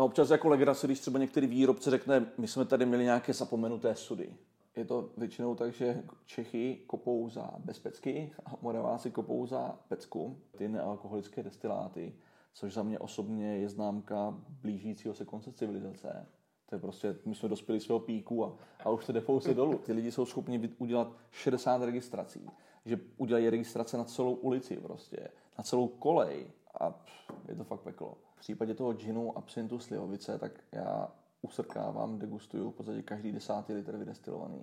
občas jako legrace, když třeba některý výrobce řekne, my jsme tady měli nějaké zapomenuté sudy. Je to většinou tak, že Čechy kopou za bezpecky a Moraváci kopou za pecku. Ty nealkoholické destiláty, což za mě osobně je známka blížícího se konce civilizace. To je prostě, my jsme dospěli svého píku a už to jde pouze dolů. Ty lidi jsou schopni udělat 60 registrací. Že udělají registrace na celou ulici prostě, na celou kolej a je to fakt peklo. V případě toho džinu, absintu, slivovice, tak já usrkávám, degustuju v podstatě každý 10. litr vydestilovaný.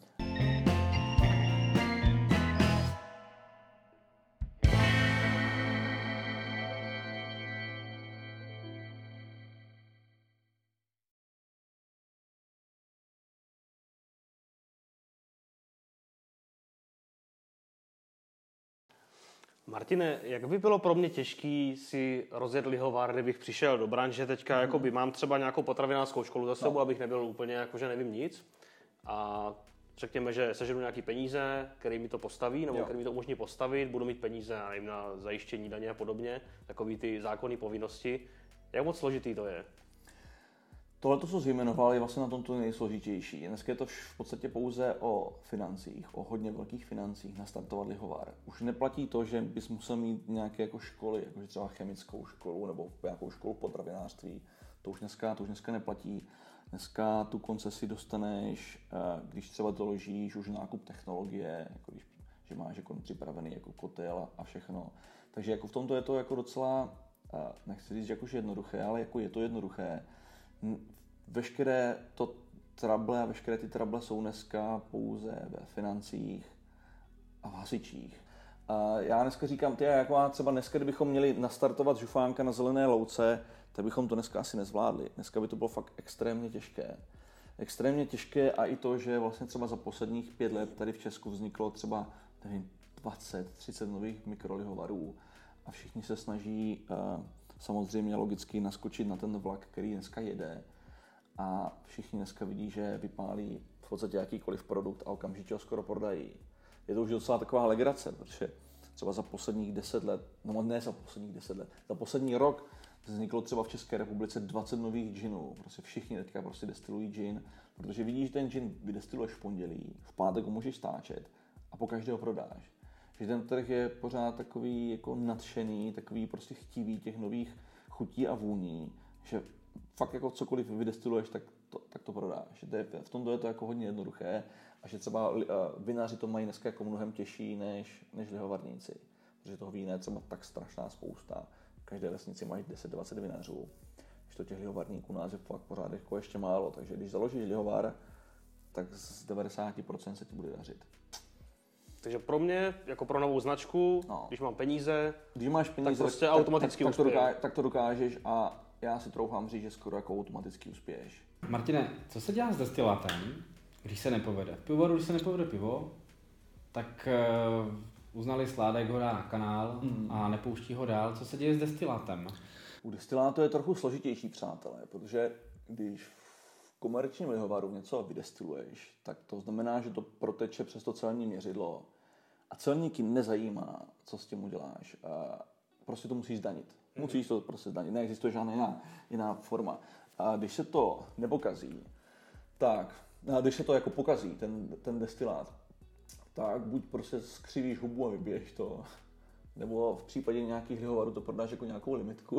Martine, jak by bylo pro mě těžký si rozjet lihovár, kdybych přišel do branže teďka, jakoby mám třeba nějakou potravinářskou školu za sebou, abych nebyl úplně jako, že nevím nic. A řekněme, že seženu nějaký peníze, který mi to postaví, nebo který mi to umožní postavit, budu mít peníze, nevím, na zajištění daně a podobně, takový ty zákonné povinnosti. Jak moc složitý to je? Tohle, co jsi jmenoval, je vlastně na tom to nejsložitější. Dneska je to v podstatě pouze o financích, o hodně velkých financích nastartovat lihovár. Už neplatí to, že bys musel mít nějaké jako školy, jakože třeba chemickou školu nebo nějakou školu potravinářství. To už dneska neplatí. Dneska tu koncesi dostaneš, když třeba doložíš už nákup technologie, jako že máš jako připravený jako kotel a všechno. Takže jako v tomto je to jako docela, nechci říct jakože jednoduché, ale jako je to jednoduché. Veškeré to trable a veškeré ty trable jsou dneska pouze ve financích a v hasičích. A já dneska říkám, jako třeba dneska, kdybychom měli nastartovat žufánka na zelené louce, tak bychom to dneska asi nezvládli. Dneska by to bylo fakt extrémně těžké. Extrémně těžké a i to, že vlastně třeba za posledních 5 let tady v Česku vzniklo třeba 20-30 nových mikrolihovarů a všichni se snaží samozřejmě logicky naskočit na ten vlak, který dneska jede a všichni dneska vidí, že vypálí v podstatě jakýkoliv produkt a okamžitě ho skoro prodají. Je to už docela taková legrace, protože třeba za posledních 10 let, no ne za posledních 10 let, za poslední rok vzniklo třeba v České republice 20 nových džinů. Prostě všichni teďka prostě destilují džin, protože vidíš, že ten džin vydestiluješ v pondělí, v pátek ho můžeš stáčet a po každého prodáš. Že ten trh je pořád takový jako nadšený, takový prostě chtivý těch nových chutí a vůní, že fakt jako cokoliv vydestiluješ, tak to prodáš. V tomto je to jako hodně jednoduché a že třeba vinaři to mají dneska jako mnohem těžší než lihovarníci, protože toho vína je třeba tak strašná spousta. V každé vesnici máš 10-20 vinařů, když to těch lihovarníků nás je fakt pořád jako ještě málo, takže když založíš lihovár, tak z 90% se ti bude dařit. Takže pro mě, jako pro novou značku, když mám peníze, tak prostě automaticky uspěju. Tak to dokážeš a já si troufám říct, že skoro jako automaticky uspěješ. Martine, co se dělá s destilátem, když se nepovede? V pivovaru, když se nepovede pivo, tak uznali Sládek ho dá na kanál a nepouští ho dál. Co se děje s destilátem? U destilátu je trochu složitější, přátelé, protože když v komerčním lihovaru něco vydestiluješ, tak to znamená, že to proteče přes to celní měřidlo a celníky nezajímá, co s tím uděláš. Prostě to musíš zdanit. Musíš to prostě zdanit. Neexistuje žádná jiná forma. A když se to nepokazí, když se to jako pokazí, ten destilát, tak buď prostě skřivíš hubu a vybiješ to, nebo v případě nějakých lihovarů to prodáš jako nějakou limitku.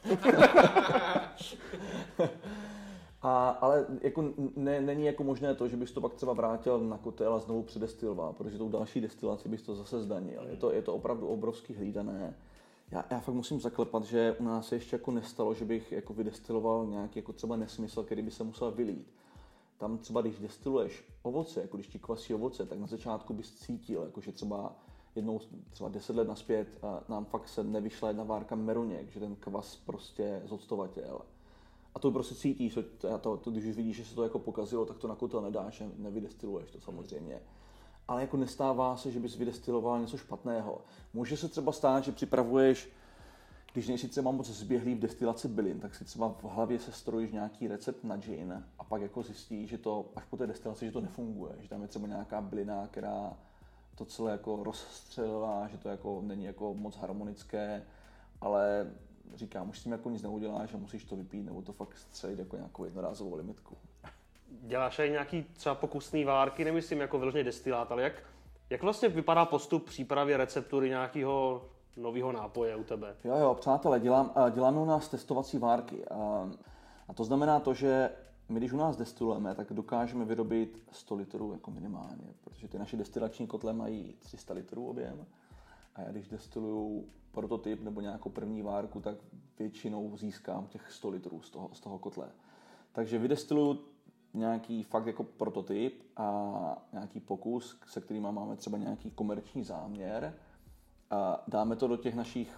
Ale jako není jako možné to, že bys to pak třeba vrátil na kotel a znovu předestiloval, protože tou další destilaci bys to zase zdanil. Je to opravdu obrovsky hlídané. Já fakt musím zaklepat, že u nás se ještě jako nestalo, že bych jako vydestiloval nějaký jako třeba nesmysl, který by se musel vylít. Tam třeba, když destiluješ ovoce, jako když ti kvasí ovoce, tak na začátku bys cítil, jako že třeba 10 let naspět nám fakt se nevyšla jedna várka meruněk, že ten kvas prostě zoctovatěl. A to prostě cítíš, když vidíš, že se to jako pokazilo, tak to na kotel nedáš, nevydestiluješ to samozřejmě. Ale jako nestává se, že bys vydestiloval něco špatného. Může se třeba stát, že připravuješ, když nejsi třeba moc zběhlý v destilaci bylin, tak si třeba v hlavě sestrojíš nějaký recept na gin a pak jako zjistíš, že to až po té destilaci, že to nefunguje, že tam je třeba nějaká bylina, která to celé jako rozstřelila, že to jako není jako moc harmonické, ale říkám, už s tím jako nic neuděláš a musíš to vypít, nebo to fakt střelit jako nějakou jednorázovou limitku. Děláš aj nějaký třeba pokusný várky, nemyslím jako vyloženě destilát, ale jak vlastně vypadá postup přípravy receptury nějakého nového nápoje u tebe? Jo, přátelé, děláme u nás testovací várky. A to znamená to, že my, když u nás destilujeme, tak dokážeme vyrobit 100 litrů jako minimálně, protože ty naše destilační kotle mají 300 litrů objem. A já když destiluju prototyp nebo nějakou první várku, tak většinou získám těch 100 litrů z toho kotle. Takže vydestiluju nějaký fakt jako prototyp a nějaký pokus, se kterým máme třeba nějaký komerční záměr. A dáme to do těch našich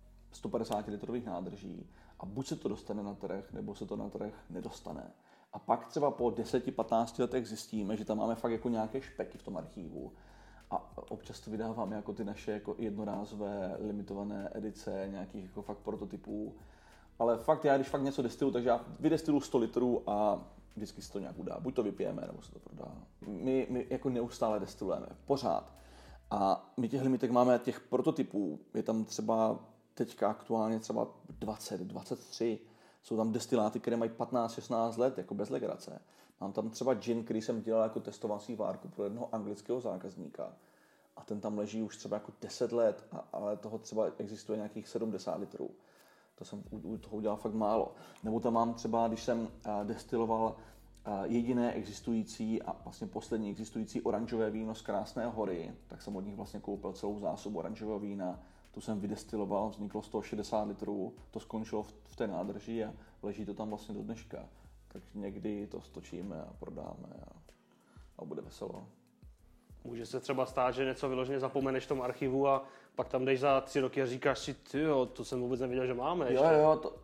150 litrových nádrží a buď se to dostane na trh, nebo se to na trh nedostane. A pak třeba po 10-15 letech zjistíme, že tam máme fakt jako nějaké špeky v tom archívu. A občas to vydáváme jako ty naše jako jednorázové limitované edice nějakých jako fakt prototypů. Ale fakt já, když fakt něco destiluju, takže já vydestiluju 100 litrů a vždycky se to nějak udá. Buď to vypijeme, nebo se to prodá. My jako neustále destilujeme, pořád. A my těch limitek máme, těch prototypů, je tam třeba teďka aktuálně třeba 20, 23. Jsou tam destiláty, které mají 15-16 let, jako bez legrace. Mám tam třeba gin, který jsem dělal jako testovací várku pro jednoho anglického zákazníka. A ten tam leží už třeba jako 10 let, ale toho třeba existuje nějakých 70 litrů. To jsem u toho udělal fakt málo. Nebo tam mám třeba, když jsem destiloval jediné existující a vlastně poslední existující oranžové víno z Krásné hory, tak jsem od nich vlastně koupil celou zásobu oranžového vína. Tu jsem vydestiloval, vzniklo z toho 60 litrů, to skončilo v té nádrži a leží to tam vlastně do dneška. Tak někdy to stočíme a prodáme a bude veselo. Může se třeba stát, že něco vyloženě zapomeneš v tom archivu a pak tam jdeš za 3 roky a říkáš si, tyjo, to jsem vůbec nevěděl, že máme ještě. Jo,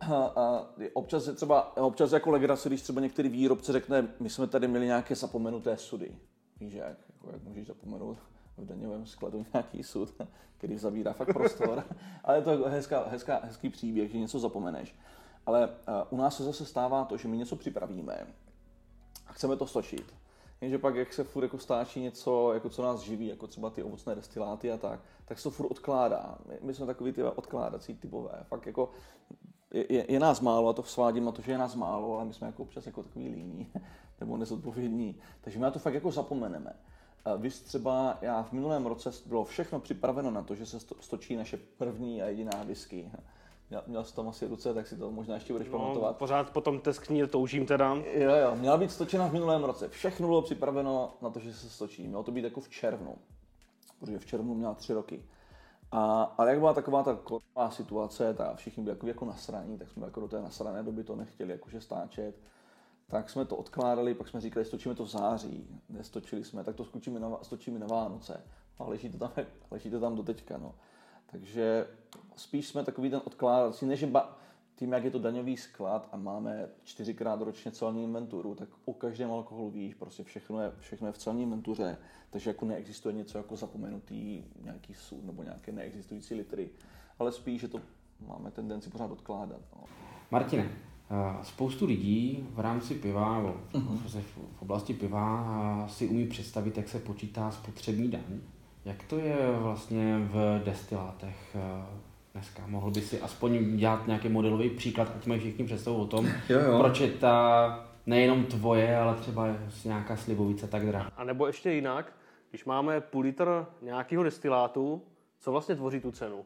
občas jako legrace, když třeba některý výrobce řekne, my jsme tady měli nějaké zapomenuté sudy. Víš jak můžeš zapomenout v daňovém skladu nějaký sud, který zabírá fakt prostor. Ale je to hezký příběh, že něco zapomeneš. Ale u nás se zase stává to, že my něco připravíme a chceme to stočit. Jenže pak, jak se furt jako stáčí něco, jako co nás živí, jako třeba ty ovocné destiláty a tak se to furt odkládá. My jsme takový ty odkládací typové. Fakt jako je nás málo a to svádím na to, že je nás málo, ale my jsme jako občas jako takový líní nebo nezodpovědní. Takže my na to fakt jako zapomeneme. Víš, třeba já v minulém roce bylo všechno připraveno na to, že se stočí naše první a jediná whisky. Měl jsi tam asi ruce, tak si to možná ještě budeš pamatovat. Pořád potom teskní toužím teda. Jo, měla být stočena v minulém roce. Všechno bylo připraveno na to, že se stočí. Mělo to být jako v červnu, protože v červnu měla 3 roky. Ale jak byla taková ta koronová situace, všichni byli jako nasraní, tak jsme jako do té nasrané doby to nechtěli jakože stáčet. Tak jsme to odkládali, pak jsme říkali, stočíme to v září. Nestočili jsme, tak to stočíme na Vánoce. A leží to tam do teďka, no. Takže spíš jsme takový ten odkládací, než tím, jak je to daňový sklad a máme 4krát ročně celní inventuru, tak u každém alkoholu víš, prostě všechno je v celní inventuře, takže jako neexistuje něco jako zapomenutý nějaký sud nebo nějaké neexistující litry, ale spíš, že to máme tendenci pořád odkládat. No. Martine, spoustu lidí v rámci piva nebo v oblasti piva si umí představit, jak se počítá spotřební daň. Jak to je vlastně v destilátech dneska? Mohl by si aspoň dělat nějaký modelový příklad, ať mají všichni představu o tom, proč je ta nejenom tvoje, ale třeba nějaká slivovice tak drahá. A nebo ještě jinak, když máme půl litr nějakého destilátu, co vlastně tvoří tu cenu?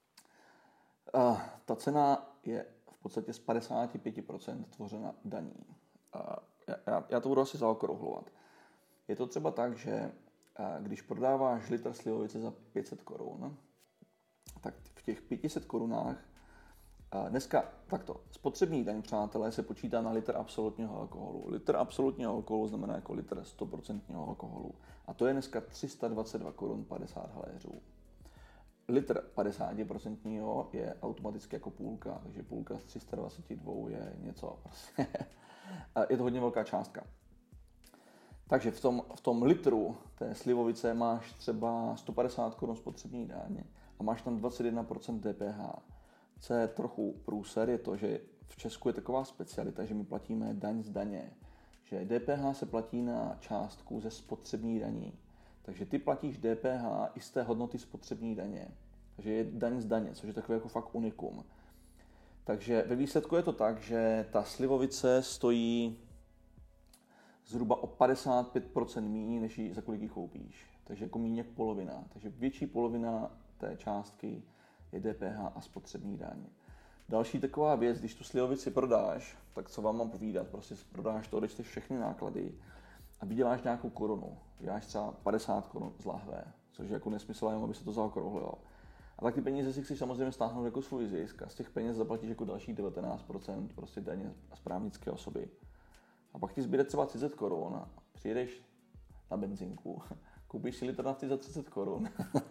Ta cena je v podstatě z 55% tvořena daní. Já to budu asi zaokrouhlovat. Je to třeba tak, že když prodáváš litr slivovice za 500 korun, tak v těch 500 korunách dneska takto. Spotřební daň, přátelé, se počítá na litr absolutního alkoholu. Litr absolutního alkoholu znamená jako litr 100% alkoholu. A to je dneska 322 korun 50 haléřů. Litr 50% je automaticky jako půlka, takže půlka z 322 je něco. Je to hodně velká částka. Takže v tom litru té slivovice máš třeba 150 korun spotřební daň a máš tam 21% DPH. Co je trochu průser, je to, že v Česku je taková specialita, že my platíme daň z daně. Že DPH se platí na částku ze spotřební daní. Takže ty platíš DPH i z té hodnoty spotřební daně. Takže je daň z daně, což je takové jako fakt unikum. Takže ve výsledku je to tak, že ta slivovice stojí zhruba o 55% méně, než za kolik ji koupíš. Takže jako méně jak polovina. Takže větší polovina té částky je DPH a spotřební daň. Další taková věc, když tu slivovici prodáš, tak co vám mám povídat, prostě prodáš to, odečteš všechny náklady a vyděláš nějakou korunu. Vyděláš třeba 50 korun z lahve, což je jako nesmysl, jenom aby se to zaokrouhlilo. A tak ty peníze si chceš samozřejmě stáhnout jako svůj zisk a z těch peněz zaplatíš jako další 19% prostě daně z právnické osoby. A pak ti zbyde třeba 30 korun a přijedeš na benzínku, koupíš si litr nafty za 30 korun,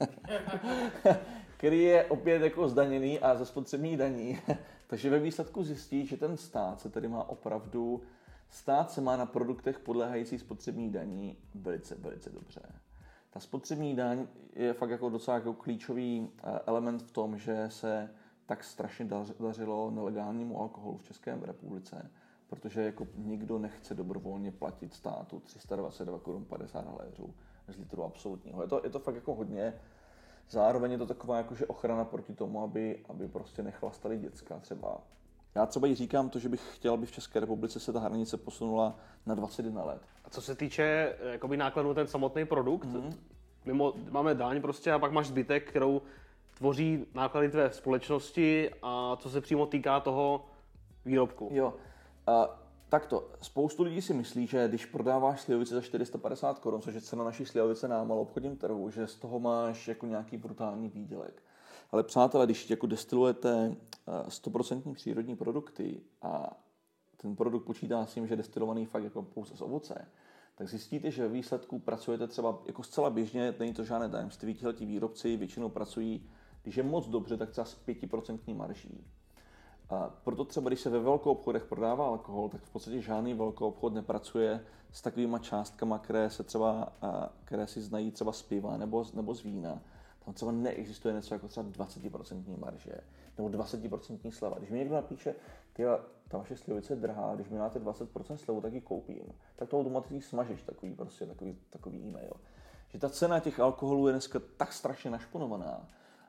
který je opět jako zdaněný a za spotřební daní. Takže ve výsledku zjistíš, že ten stát se tedy má opravdu, stát se má na produktech podléhající spotřební daní velice, velice dobře. Ta spotřební daň je fakt jako docela jako klíčový element v tom, že se tak strašně dařilo nelegálnímu alkoholu v České republice, protože jako nikdo nechce dobrovolně platit státu 322 korun 50 haléřů z litru absolutního. Je to fakt jako hodně. Zároveň je to taková jakože ochrana proti tomu, aby prostě nechlastali děcka třeba. Já třeba i říkám to, že bych chtěl, aby v České republice se ta hranice posunula na 21 let. A co se týče jakoby nákladů ten samotný produkt, máme daň prostě a pak máš zbytek, kterou tvoří náklady tvé společnosti a co se přímo týká toho výrobku. Jo, takto. Spoustu lidí si myslí, že když prodáváš slivovici za 450 korun, což je cena naší slivovice na maloobchodním trhu, že z toho máš jako nějaký brutální výdělek. Ale přátelé, když jako destilujete 100% přírodní produkty a ten produkt počítá s tím, že je destilovaný fakt jako pouze z ovoce, tak zjistíte, že ve výsledku pracujete třeba jako zcela běžně, není to žádné tajemství, tihleti výrobci většinou pracují, když je moc dobře, tak třeba s 5% marží. A proto třeba, když se ve velkoobchodech prodává alkohol, tak v podstatě žádný velkoobchod nepracuje s takovýma částkama, které si znají třeba z piva nebo z vína. Tam třeba neexistuje něco jako třeba 20% marže nebo 20% sleva. Když mi někdo napíše, ta vaše slivovice je drahá, když mi dáte 20% slevu, tak ji koupím. Tak to automaticky smažeš, takový e-mail. Že ta cena těch alkoholů je dneska tak strašně našponovaná,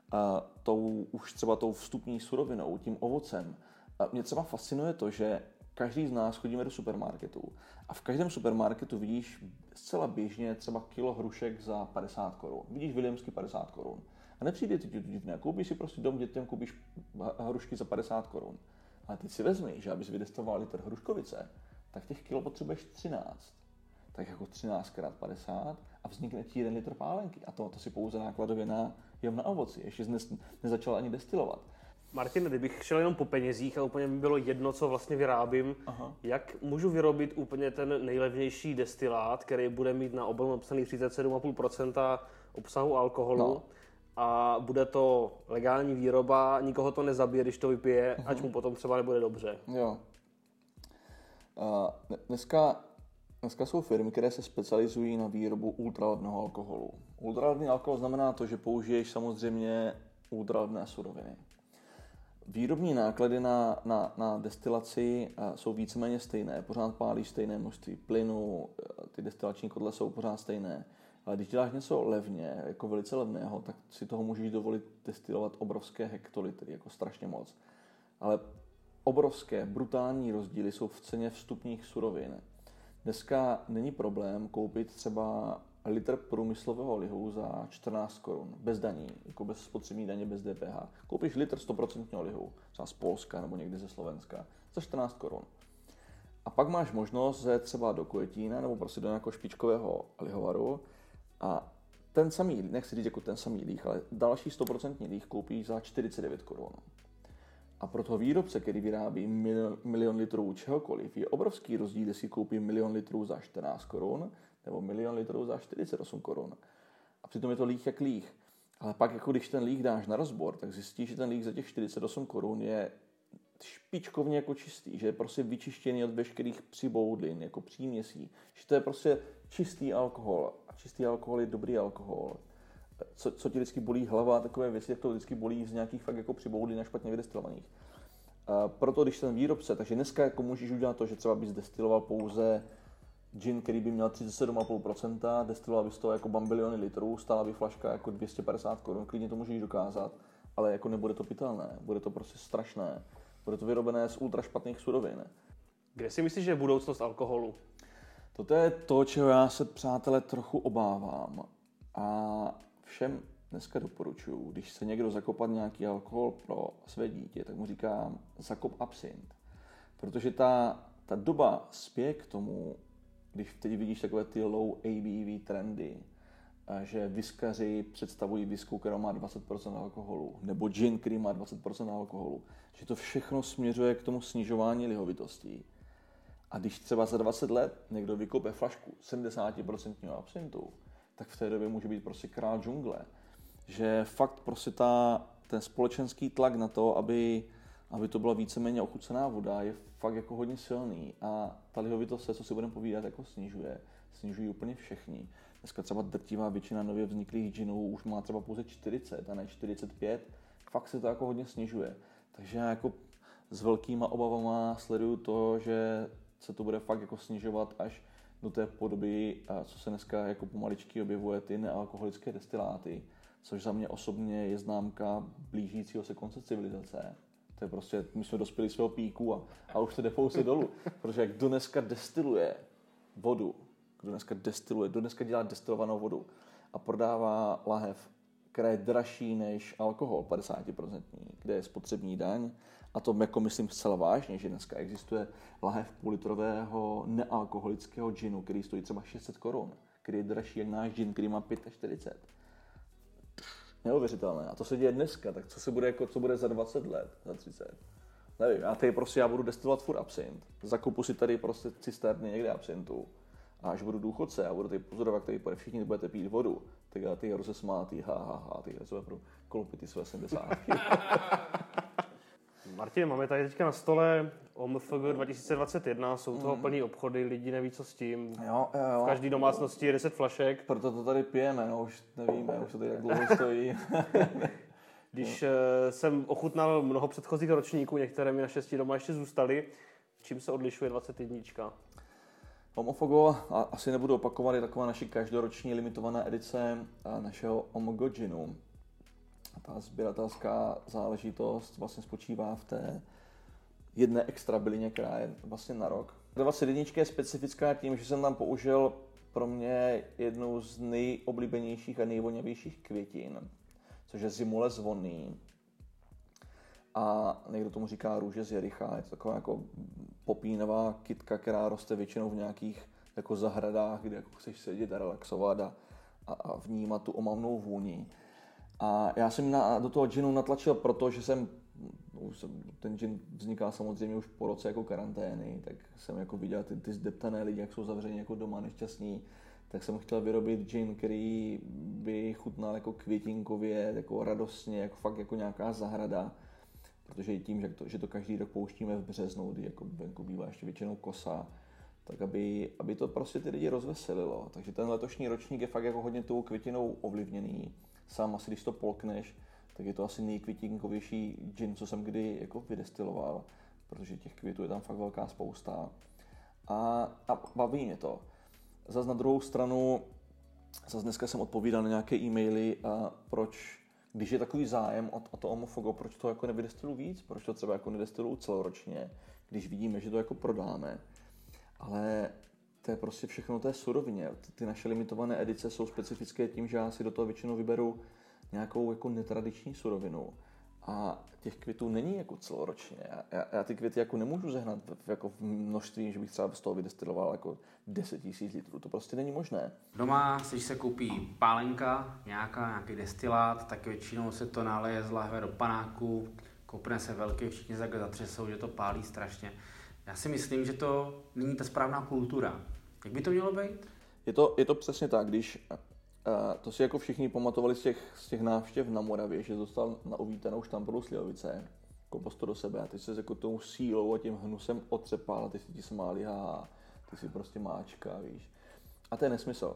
tou vstupní surovinou, tím ovocem. A mě třeba fascinuje to, že každý z nás chodíme do supermarketu a v každém supermarketu vidíš zcela běžně třeba kilo hrušek za 50 korun. Vidíš Williamsky 50 korun. A nepřijde ti to divné. Koupíš si prostě dom dětem, koupíš hrušky za 50 korun. Ale ty si vezmi, že abys vydestoval litr hruškovice, tak těch kilo potřebuješ 13. Tak jako 13 x 50 a vznikne ti 1 litr pálenky. A to si pouze nákladově na ovoci. Ještě nezačal ani destilovat. Martin, kdybych šel jenom po penězích a úplně mi bylo jedno, co vlastně vyrábím, jak můžu vyrobit úplně ten nejlevnější destilát, který bude mít na obalu napsaný 37,5% obsahu alkoholu a bude to legální výroba, nikoho to nezabije, když to vypije, ať mu potom třeba nebude dobře. Jo. Dneska jsou firmy, které se specializují na výrobu ultralevného alkoholu. Ultralevný alkohol znamená to, že použiješ samozřejmě ultralevné suroviny. Výrobní náklady na destilaci jsou víceméně stejné, pořád pálíš stejné množství plynu, ty destilační kotle jsou pořád stejné. Ale když děláš něco levně, jako velice levného, tak si toho můžeš dovolit destilovat obrovské hektolitry, jako strašně moc. Ale obrovské, brutální rozdíly jsou v ceně vstupních surovin. Dneska není problém koupit třeba litr průmyslového lihu za 14 korun, bez daní, jako bez spotřební daně, bez DPH. Koupíš litr 100% lihu, třeba z Polska nebo někde ze Slovenska, za 14 korun. A pak máš možnost jít třeba do Květína nebo prostě do nějakého špičkového lihovaru a ten samý, nechci říct jako ten samý líh, ale další 100% líh koupíš za 49 korun. A pro toho výrobce, který vyrábí milion litrů čehokoliv, je obrovský rozdíl, jestli koupí 1 000 000 litrů za 14 korun nebo 1 000 000 litrů za 48 korun. A přitom je to líh jak líh. Ale pak, jako když ten líh dáš na rozbor, tak zjistíš, že ten líh za těch 48 korun je špičkovně jako čistý, že je prostě vyčištěný od veškerých přiboudlin, jako příměsí. Že to je prostě čistý alkohol. A čistý alkohol je dobrý alkohol. Co ti vždycky bolí hlava, takové věci, jak to vždycky bolí z nějakých fakt jako přiboudlin a špatně vydestilovaných. Proto když ten výrobce, takže dneska jako můžeš udělat to, že třeba bys destiloval pouze gin, který by měl 37,5%, destiloval bys to jako bambiliony litrů, stála by flaška jako 250 korun, klidně to můžeš dokázat, ale jako nebude to pitelné, bude to prostě strašné. Bude to vyrobené z ultra špatných surovin. Kde si myslíš, že je budoucnost alkoholu? Toto je to, čeho já se, přátelé, trochu obávám. A všem dneska doporučuji, když se někdo zakopat nějaký alkohol pro své dítě, tak mu říkám, zakop absint. Protože ta doba spěje k tomu, když teď vidíš takové ty low ABV trendy, že viskaři představují visku, která má 20% alkoholu, nebo gin, který má 20% alkoholu, že to všechno směřuje k tomu snižování lihovitostí. A když třeba za 20 let někdo vykope flašku 70% absintu, tak v té době může být prostě král džungle. Že fakt prostě ten společenský tlak na to, aby to byla víceméně ochucená voda, je fakt jako hodně silný. A ta lihovitost se, co si budeme povídat, jako snižují úplně všichni. Dneska třeba drtivá většina nově vzniklých džinů už má třeba pouze 40 a ne 45. Fakt se to jako hodně snižuje. Takže já jako s velkýma obavama sleduju to, že se to bude fakt jako snižovat až do té podoby, co se dneska jako pomaličky objevuje, ty nealkoholické destiláty, což za mě osobně je známka blížícího se konce civilizace. To je prostě, my jsme dospěli svého píku a už to jde pouze dolů. Protože kdo dneska destiluje vodu, kdo dneska dělá destilovanou vodu a prodává lahev, která je dražší než alkohol 50%, kde je spotřební daň, a to jako myslím zcela vážně, že dneska existuje lahev půllitrového nealkoholického džinu, který stojí třeba 600 korun, který je dražší jak náš džin, který má 45. Neuvěřitelné. A to se děje dneska, tak co bude za 20 let, za 30? Nevím, já budu destilovat furt absint. Zakupu si tady prostě cisterny někde absintu. A až budu důchodce a budu tady pozorovat, který všichni budete pít vodu, tak já ty rozesmátý, ty budu koupit ty své 70. Martin, máme tady teďka na stole OMFG 2021, jsou toho plný obchody, lidi neví, co s tím. Jo. V každé domácnosti je 10 flašek. Proto to tady pijeme, no už nevíme, už to tady tak dlouho stojí. Když jsem ochutnal mnoho předchozích ročníků, některé mi naštěstí doma ještě zůstaly, čím se odlišuje 21? Homofogo, asi nebudu opakovat, je taková naše každoroční limitovaná edice našeho Omogo ginu. Ta sběratelská záležitost vlastně spočívá v té jedné extra bylině, která je vlastně na rok. 21 je specifická tím, že jsem tam použil pro mě jednu z nejoblíbenějších a nejvoněvějších květin, což je zimule zvonný. A někdo tomu říká růže z Jericha, je to taková jako popínová kytka, která roste většinou v nějakých jako zahradách, kde jako chceš sedět a relaxovat a vnímat tu omamnou vůni. A já jsem do toho džinu natlačil, protože ten džin vzniká samozřejmě už po roce jako karantény, tak jsem jako viděl ty zdeptané lidi, jak jsou zavřeni jako doma nešťastní, tak jsem chtěl vyrobit džin, který by chutnal jako květinkově, jako radostně, jako fakt jako nějaká zahrada. Protože i tím, že to každý rok pouštíme v březnu, kdy jako venku bývá ještě většinou kosa, tak aby to prostě ty lidi rozveselilo. Takže ten letošní ročník je fakt jako hodně tou květinou ovlivněný. Sám asi, když to polkneš, tak je to asi nejkvětinkovější gin, co jsem kdy jako vydestiloval, protože těch květů je tam fakt velká spousta. A baví mě to. Zas na druhou stranu, dneska jsem odpovídal na nějaké e-maily, když je takový zájem o to Omofogo, proč to jako nevydestiluji víc, proč to třeba jako nedestiluji celoročně, když vidíme, že to jako prodáme. Ale to je prostě všechno té surovině. Ty naše limitované edice jsou specifické tím, že já si do toho většinou vyberu nějakou jako netradiční surovinu. A těch květů není jako celoročně. Já ty květy jako nemůžu zehnat v množství, že bych třeba z toho vydestiloval jako 10 000 litrů. To prostě není možné. Doma, když se koupí pálenka, nějaký destilát, tak většinou se to naleje z lahve do panáku, koupne se velký, všichni se zatřesou, že to pálí strašně. Já si myslím, že to není ta správná kultura. Jak by to mělo být? Je to přesně tak, když to si jako všichni pamatovali z těch návštěv na Moravě, že dostal na uvítanou štamprlu slivovice, kopos to do sebe a ty se jako tou sílou a tím hnusem otřepal a ty si ti smáli ty si prostě máčka, víš. A to je nesmysl.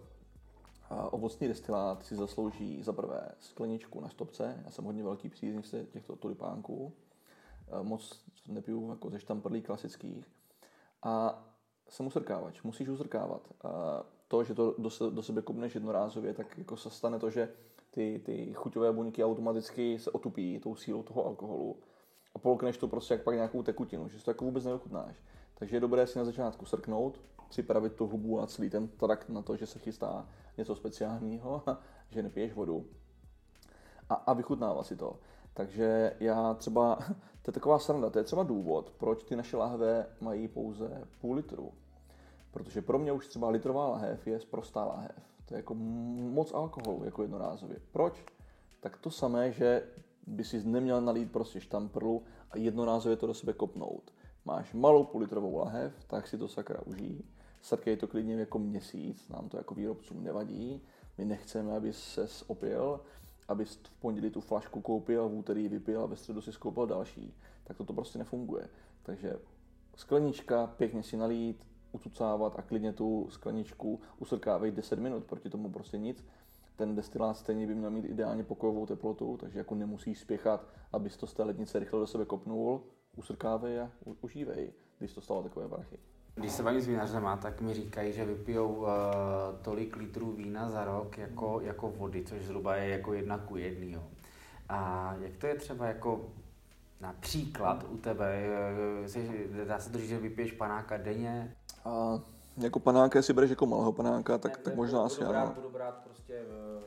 Ovocný destilát si zaslouží za prvé skleničku na stopce, já jsem hodně velký příznivce těchto tulipánků, moc nepiju jako ze štamprlí klasických a jsem usrkávač, musíš usrkávat. To, že to do sebe kopneš jednorázově, tak jako se stane to, že ty chuťové buňky automaticky se otupí tou sílou toho alkoholu. a polkneš to prostě jak pak nějakou tekutinu, že to jako vůbec neochutnáš. Takže je dobré si na začátku srknout, připravit tu hubu a celý ten trakt na to, že se chystá něco speciálního, že nepiješ vodu a vychutnávat si to. Takže já třeba, to je taková sranda, to je třeba důvod, proč ty naše lahve mají pouze půl litru. Protože pro mě už třeba litrová lahev je sprostá lahev. To je jako moc alkoholu, jako jednorázově. Proč? Tak to samé, že by si neměl nalít prostě štamprlu a jednorázově to do sebe kopnout. Máš malou půllitrovou lahev, tak si to sakra užij. Srkej to klidně jako měsíc, nám to jako výrobcům nevadí. My nechceme, aby ses opil, abys v pondělí tu flašku koupil, v úterý vypil a ve středu si skoupil další. Tak to prostě nefunguje. Takže sklenička, pěkně si nalít, ucucávat a klidně tu skleničku usrkávej 10 minut, proti tomu prostě nic. Ten destilát stejně by měl mít ideálně pokojovou teplotu, takže jako nemusíš spěchat, abys to z té lednice rychle do sebe kopnul, usrkávej a užívej, když to stalo takové prachy. Když se bavím s vinařema, tak mi říkají, že vypijou tolik litrů vína za rok jako vody, což zhruba je jako 1:1. Jo. A jak to je třeba jako například u tebe? Dá se to říct, že vypiješ panáka denně? A jako panáka, jestli bereš jako malého panáka, tak možná asi ano. Budu brát prostě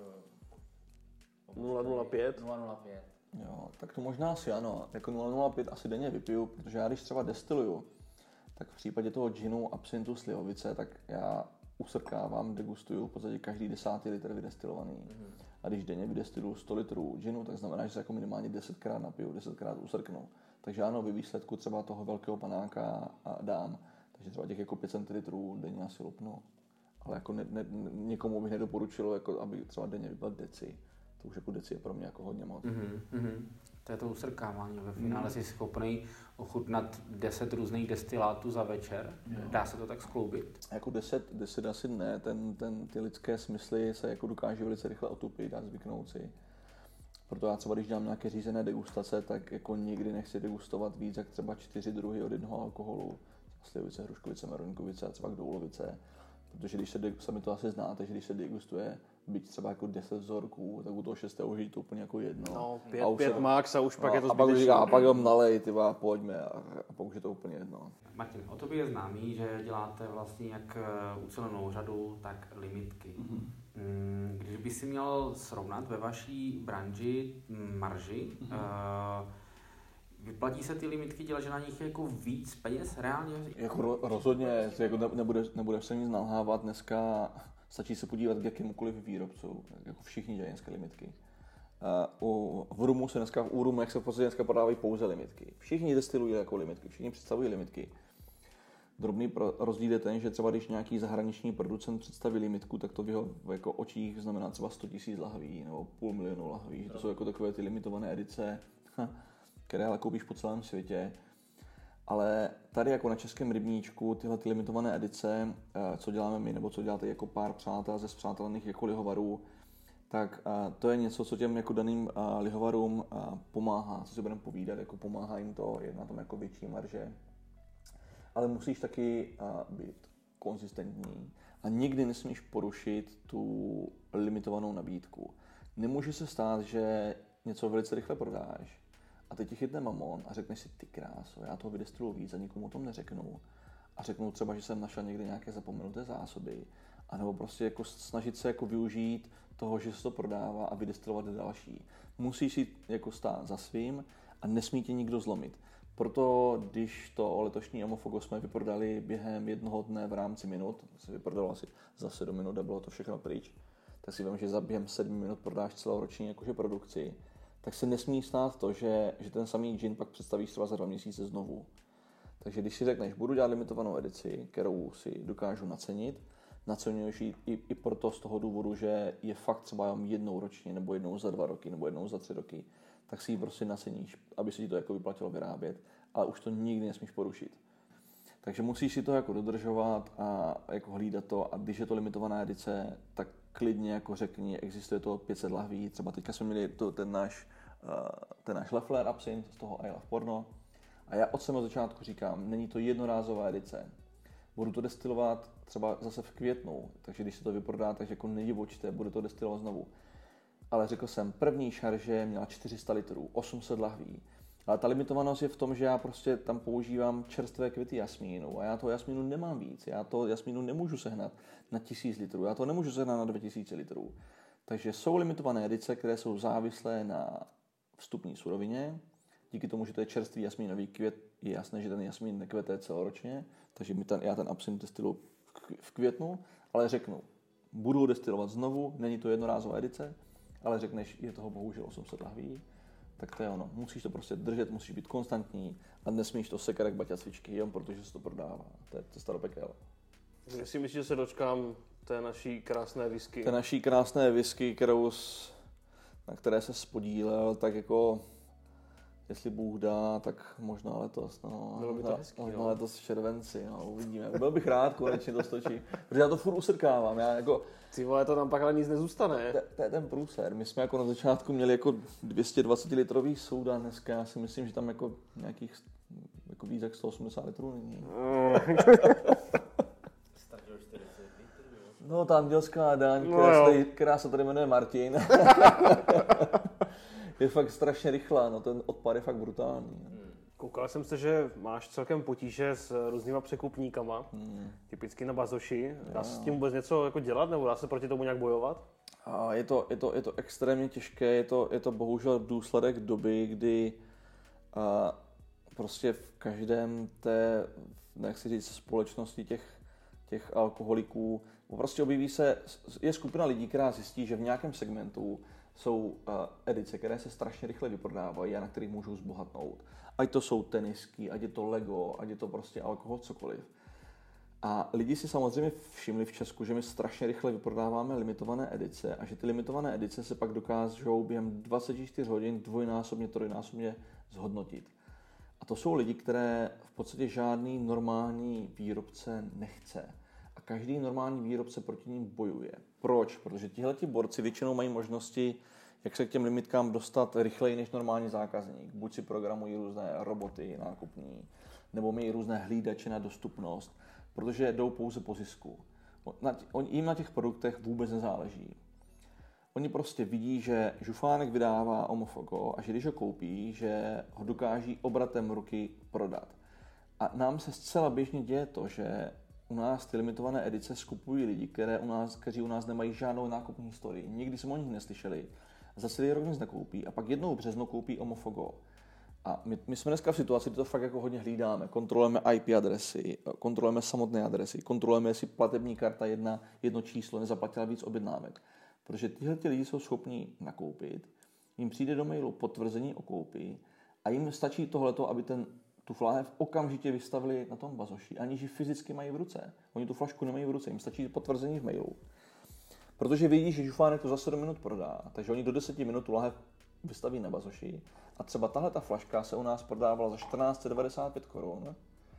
0,05. 0,05. Jo, tak to možná asi ano. Jako 0,05 asi denně vypiju, protože já když třeba destiluju, tak v případě toho džinu, absintu, slivovice, tak já usrkávám, degustuju v podstatě každý 10. litr vydestilovaný. A když denně vydestiluju 100 litrů džinu, tak znamená, že se jako minimálně 10krát napiju, 10krát usrknu. Takže ano, ve výsledku třeba toho velkého panáka dám. Takže třeba těch jako 5 centilitrů denně asi lupnu. Ale jako někomu bych nedoporučilo, jako aby třeba denně vypil deci. To už jako deci je pro mě jako hodně moc. To je to usrkávání. Ve finále jsi schopný ochutnat 10 různých destilátů za večer. Dá se to tak skloubit? Jako 10 asi ne. Ty lidské smysly se jako dokáže velice rychle otupit a zvyknout si. Proto já třeba, když dělám nějaké řízené degustace, tak jako nikdy nechci degustovat víc jak třeba 4 druhy od jednoho alkoholu. Slivovice, hruškovice, meronkovice a třeba doulovice. Protože když sami to asi znáte, že když se degustuje byť třeba jako 10 vzorků, tak u toho 6. už je to úplně jako jedno. No, 5 max a už pak je to zbytečné. A pak už říká, a pak ho nalej, tyva, pojďme a pak už je to úplně jedno. Martin, o tobě je známý, že děláte vlastně jak ucelenou řadu, tak limitky. Když by si měl srovnat ve vaší branži marži, vyplatí se ty limitky dělat, že na nich je jako víc peněz reálně? Jako rozhodně, jako nebudeš se nic nalhávat, dneska stačí se podívat k jakémukoliv výrobcu, jako všichni dělají dneska limitky. V rumu se dneska, u rumu, jak se v podstatě dneska prodávají pouze limitky. Všichni destilují jako limitky, všichni představují limitky. Drobný rozdíl je ten, že třeba když nějaký zahraniční producent představí limitku, tak to v jeho jako očích znamená třeba 100 000 lahví nebo 500 000 lahví. To jsou jako takové ty limitované edice, které ale koupíš po celém světě. Ale tady jako na českém rybníčku tyhle ty limitované edice, co děláme my, nebo co děláte jako pár přátel ze spřátelených jako lihovarů, tak to je něco, co těm jako daným lihovarům pomáhá, co si budeme povídat, jako pomáhá jim to, je na tom jako větší marže. Ale musíš taky být konzistentní a nikdy nesmíš porušit tu limitovanou nabídku. Nemůže se stát, že něco velice rychle prodáš a teď ti chytne mamon a řekneš si, ty kráso, já toho vydestiluju víc a nikomu o tom neřeknu. A řeknu třeba, že jsem našel někde nějaké zapomenuté zásoby. A nebo prostě jako snažit se jako využít toho, že se to prodává a vydestilovat další. Musíš si jako stát za svým a nesmí tě nikdo zlomit. Proto, když to letošní Amofogo jsme vyprodali během jednoho dne v rámci minut, se vyprodalo asi za 7 minut a bylo to všechno pryč, tak si vím, že za během 7 minut prodáš celoroční jakože produkci, tak se nesmí stát to, že ten samý gin pak představíš třeba za 2 měsíce znovu. Takže když si řekneš, budu dělat limitovanou edici, kterou si dokážu nacenit, naceňuješ ji i proto z toho důvodu, že je fakt třeba jenom jednou ročně, nebo jednou za 2 roky, nebo jednou za 3 roky, tak si ji prostě naceníš, aby se ti to jako vyplatilo vyrábět, ale už to nikdy nesmíš porušit. Takže musíš si to jako dodržovat a jako hlídat to a když je to limitovaná edice, tak klidně jako řekni, existuje to 500 lahví, třeba teďka jsme měli ten náš Leffler absint z toho I Love Porno a já od samého začátku říkám, není to jednorázová edice. Budu to destilovat třeba zase v květnu, takže když se to vyprodá, takže jako nedivočte, budu to destilovat znovu. Ale řekl jsem, první šarže měla 400 litrů, 800 lahví. Ale ta limitovanost je v tom, že já prostě tam používám čerstvé květy jasmínu a já toho jasmínu nemám víc. Já to jasmínu nemůžu sehnat na 1000 litrů, já to nemůžu sehnat na 2000 litrů. Takže jsou limitované edice, které jsou závislé na vstupní surovině. Díky tomu, že to je čerstvý jasmínový květ, je jasné, že ten jasmín nekvete celoročně, takže já ten absint destiluji v květnu, ale řeknu, budu ho destilovat znovu, není to jednorázová edice, ale řekneš, je toho bohužel 800 lahví, tak to je ono. Musíš to prostě držet, musíš být konstantní a nesmíš to sekat jak baťa cvičky, jen protože se to prodává. To je cesta do pekel. Já si myslím, že se dočkám té naší krásné whisky. Té naší krásné whisky, na které se spodílel, tak jako jestli Bůh dá, tak možná letos. No. Bylo by to hezký, možná letos v červenci, no, uvidíme. Byl bych rád, konečně to stočí, protože já to furt usrkávám. Já jako, Ty vole, to tam pak ale nic nezůstane. To je ten průser. My jsme jako na začátku měli jako 220 litrový souda, dneska já si myslím, že tam jako nějakých jako víc jak 180 litrů není. No, ta andělská daň, která se tady jmenuje Martin, je fakt strašně rychlá, no, ten odpad je fakt brutální. Koukal jsem se, že máš celkem potíže s různýma překupníkama, typicky na bazoši. Dá se s tím vůbec něco jako dělat, nebo dá se proti tomu nějak bojovat? A je to extrémně těžké, je to bohužel důsledek doby, kdy prostě v každém té, nechci říct, společnosti těch alkoholiků, prostě je skupina lidí, která zjistí, že v nějakém segmentu jsou edice, které se strašně rychle vyprodávají a na kterých můžou zbohatnout. Ať to jsou tenisky, ať je to Lego, ať je to prostě alkohol, cokoliv. A lidi si samozřejmě všimli v Česku, že my strašně rychle vyprodáváme limitované edice a že ty limitované edice se pak dokážou během 24 hodin dvojnásobně, trojnásobně zhodnotit. A to jsou lidi, které v podstatě žádný normální výrobce nechce. A každý normální výrobce proti ním bojuje. Proč? Protože tihleti borci většinou mají možnosti, jak se k těm limitkám dostat rychleji než normální zákazník. Buď si programují různé roboty nákupní, nebo mají různé hlídače na dostupnost, protože jdou pouze po zisku. Jim na těch produktech vůbec nezáleží. Oni prostě vidí, že žufánek vydává Omofogo a že když ho koupí, že ho dokáží obratem ruky prodat. A nám se zcela běžně děje to, že u nás ty limitované edice skupují lidi, kteří u nás nemají žádnou nákupní historii. Nikdy jsme o nich neslyšeli. Za celý rok nic nekoupí a pak jednou v březnu koupí Omofogo. A my jsme dneska v situaci, kdy to fakt jako hodně hlídáme. Kontrolujeme IP adresy, kontrolujeme samotné adresy, kontrolujeme, jestli platební karta jedno číslo nezaplatila víc objednávek. Protože tyhle lidi jsou schopni nakoupit, jim přijde do mailu potvrzení o koupi a jim stačí tohleto, aby tu fláhev okamžitě vystavili na tom bazoši, aniž ji fyzicky mají v ruce. Oni tu flašku nemají v ruce, jim stačí potvrzení v mailu. Protože vědí, že žufánek to za 7 minut prodá, takže oni do 10 minut tu lahev vystaví na bazoši a třeba tahle ta flaška se u nás prodávala za 1495 korun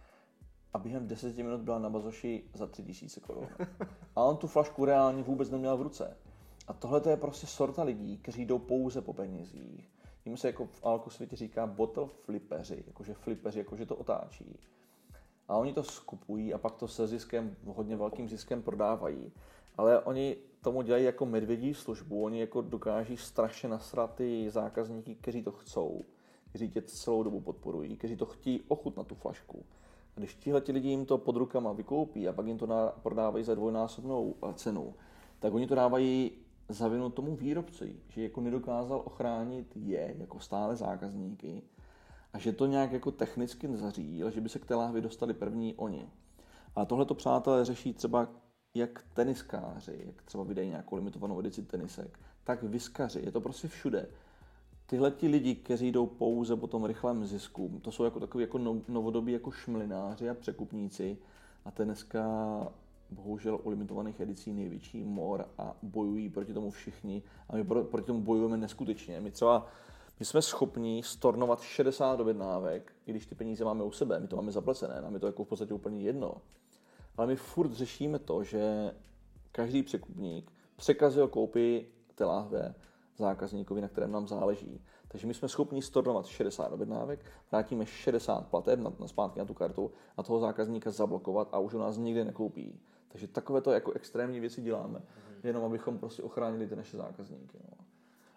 a během 10 minut byla na bazoši za 3000 korun. A on tu flašku reálně vůbec neměl v ruce. A tohle je prostě sorta lidí, kteří jdou pouze po penězích. Jim se jako v alkosvětě říká bottle flippeři, jakože to otáčí. A oni to skupují a pak to se ziskem, hodně velkým ziskem prodávají. Ale oni tomu dělají jako medvědí službu, oni jako dokáží strašně nasrat ty zákazníky, kteří to chcou, kteří tě celou dobu podporují, kteří to chtějí ochutnat tu flašku. A když tihleti lidi jim to pod rukama vykoupí a pak jim to prodávají za dvojnásobnou cenu, tak oni to dávají za vinu tomu výrobci, že jako nedokázal ochránit je jako stále zákazníky a že to nějak jako technicky nezařídil, že by se k té láhvi dostali první oni. A tohleto, přátelé, řeší třeba jak teniskáři, jak třeba vydají nějakou limitovanou edici tenisek, tak viskaři, je to prostě všude. Tyhle ti lidi, kteří jdou pouze po tom rychlém zisku, to jsou jako takový jako novodobí jako šmlináři a překupníci a to je dneska bohužel u limitovaných edicí největší mor a bojují proti tomu všichni a my proti tomu bojujeme neskutečně. My jsme schopni stornovat 60 objednávek, i když ty peníze máme u sebe, my to máme zaplacené, nám je to jako v podstatě úplně jedno. Ale my furt řešíme to, že každý překupník překazil koupy té láhve zákazníkovi, na kterém nám záleží. Takže my jsme schopni stornovat 60 objednávek, vrátíme 60 plateb zpátky na tu kartu a toho zákazníka zablokovat a už u nás nikdy nekoupí. Takže takovéto jako extrémní věci děláme, jenom abychom prostě ochránili ty naše zákazníky. No.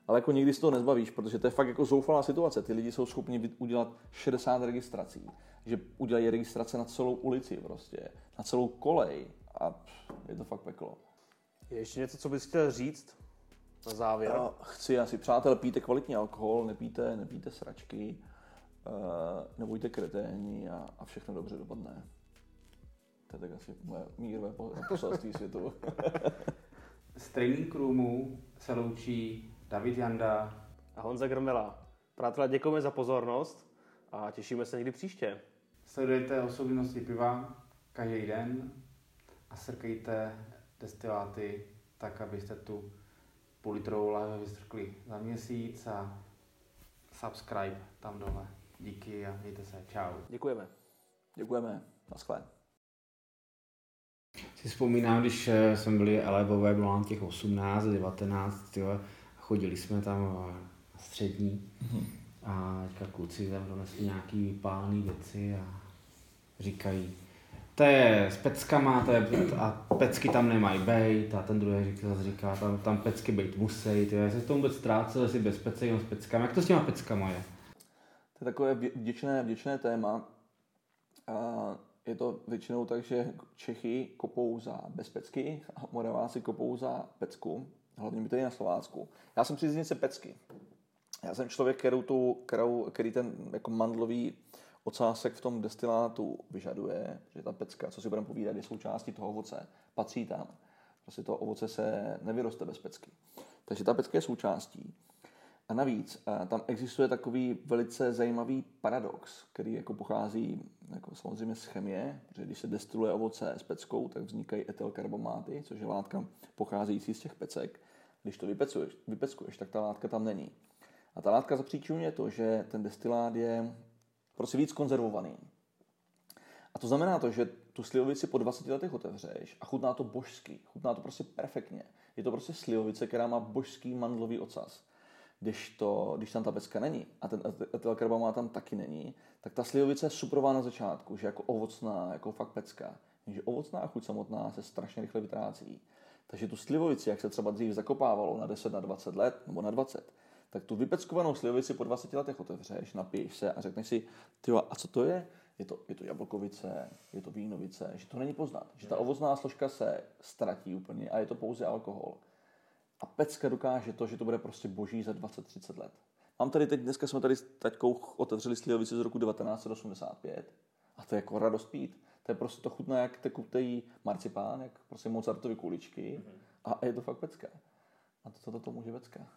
Ale jako nikdy z toho nezbavíš, protože to je fakt jako zoufalá situace. Ty lidi jsou schopni udělat 60 registrací, že udělají registrace na celou ulici prostě, na celou kolej a je to fakt peklo. Je ještě něco, co bys chtěl říct na závěr? Chci asi, přátelé, píte kvalitní alkohol, nepíte sračky, nebuďte kreténi a všechno dobře dopadne. To je tak asi moje mírové poselství světu. Z Training Roomu se loučí David Janda A Honza Grmela. Přátelé, děkujeme za pozornost a těšíme se někdy příště. Sledujete osobnosti piva každý den a srkejte destiláty tak, abyste tu půlitrovou lahve vystrkli za měsíc a subscribe tam dole. Díky a mějte se. Čau. Děkujeme. Děkujeme. Naschle. Si vzpomínám, když jsme byli elevové, bylo nám těch 18, 19, jo, a chodili jsme tam na střední a kluci tam donesli nějaký vypálený věci a říkají, to je s peckama, a pecky tam nemají bejt a ten druhý zase říká, tam pecky bejt musí, já se v tom vůbec ztrácel, jestli bez pecek, jenom s peckama. Jak to s těma peckama je? To je takové vděčné téma. Je to většinou tak, že Čechy kopou za bezpecky a Moraváci kopou za pecku. Hlavně my tady na Slovácku. Já jsem příznivce pecky. Já jsem člověk, který ten jako mandlový ocásek v tom destilátu vyžaduje, že ta pecka, co si budeme povídat, je součástí toho ovoce, patří tam. Prostě to ovoce se nevyroste bez pecky. Takže ta pecka je součástí. A navíc tam existuje takový velice zajímavý paradox, který jako pochází jako samozřejmě z chemie, protože když se destiluje ovoce s peckou, tak vznikají etylkarbomáty, což je látka pocházející z těch pecek. Když to vypeckuješ, tak ta látka tam není. A ta látka zapříčinuje to, že ten destilát je prostě víc konzervovaný. A to znamená to, že tu slivovici po 20 letech otevřeš a chutná to božsky, chutná to prostě perfektně. Je to prostě slivovice, která má božský mandlový ocas. Když tam ta pecka není a ten etylkarbamát tam taky není, tak ta slivovice je suprová na začátku, že jako ovocná, jako fakt pecka. Jenže ovocná chuť samotná se strašně rychle vytrácí. Takže tu slivovici, jak se třeba dřív zakopávalo na 10, na 20 let nebo na 20, tak tu vypeckovanou slivovici po 20 letech otevřeš, napiješ se a řekneš si, tyjo, a co to je? Je to jablkovice, je to vínovice, že to není poznat, že ta ovocná složka se ztratí úplně a je to pouze alkohol. A pecka dokáže to, že to bude prostě boží za 20-30 let. Mám tady dneska jsme tady s taťkou otevřeli slivovici z roku 1985 a to je jako radost pít. To je prostě to chutná jak tekutej marcipán, jak prostě Mozartovy kuličky a je to fakt pecka. A to může pecka.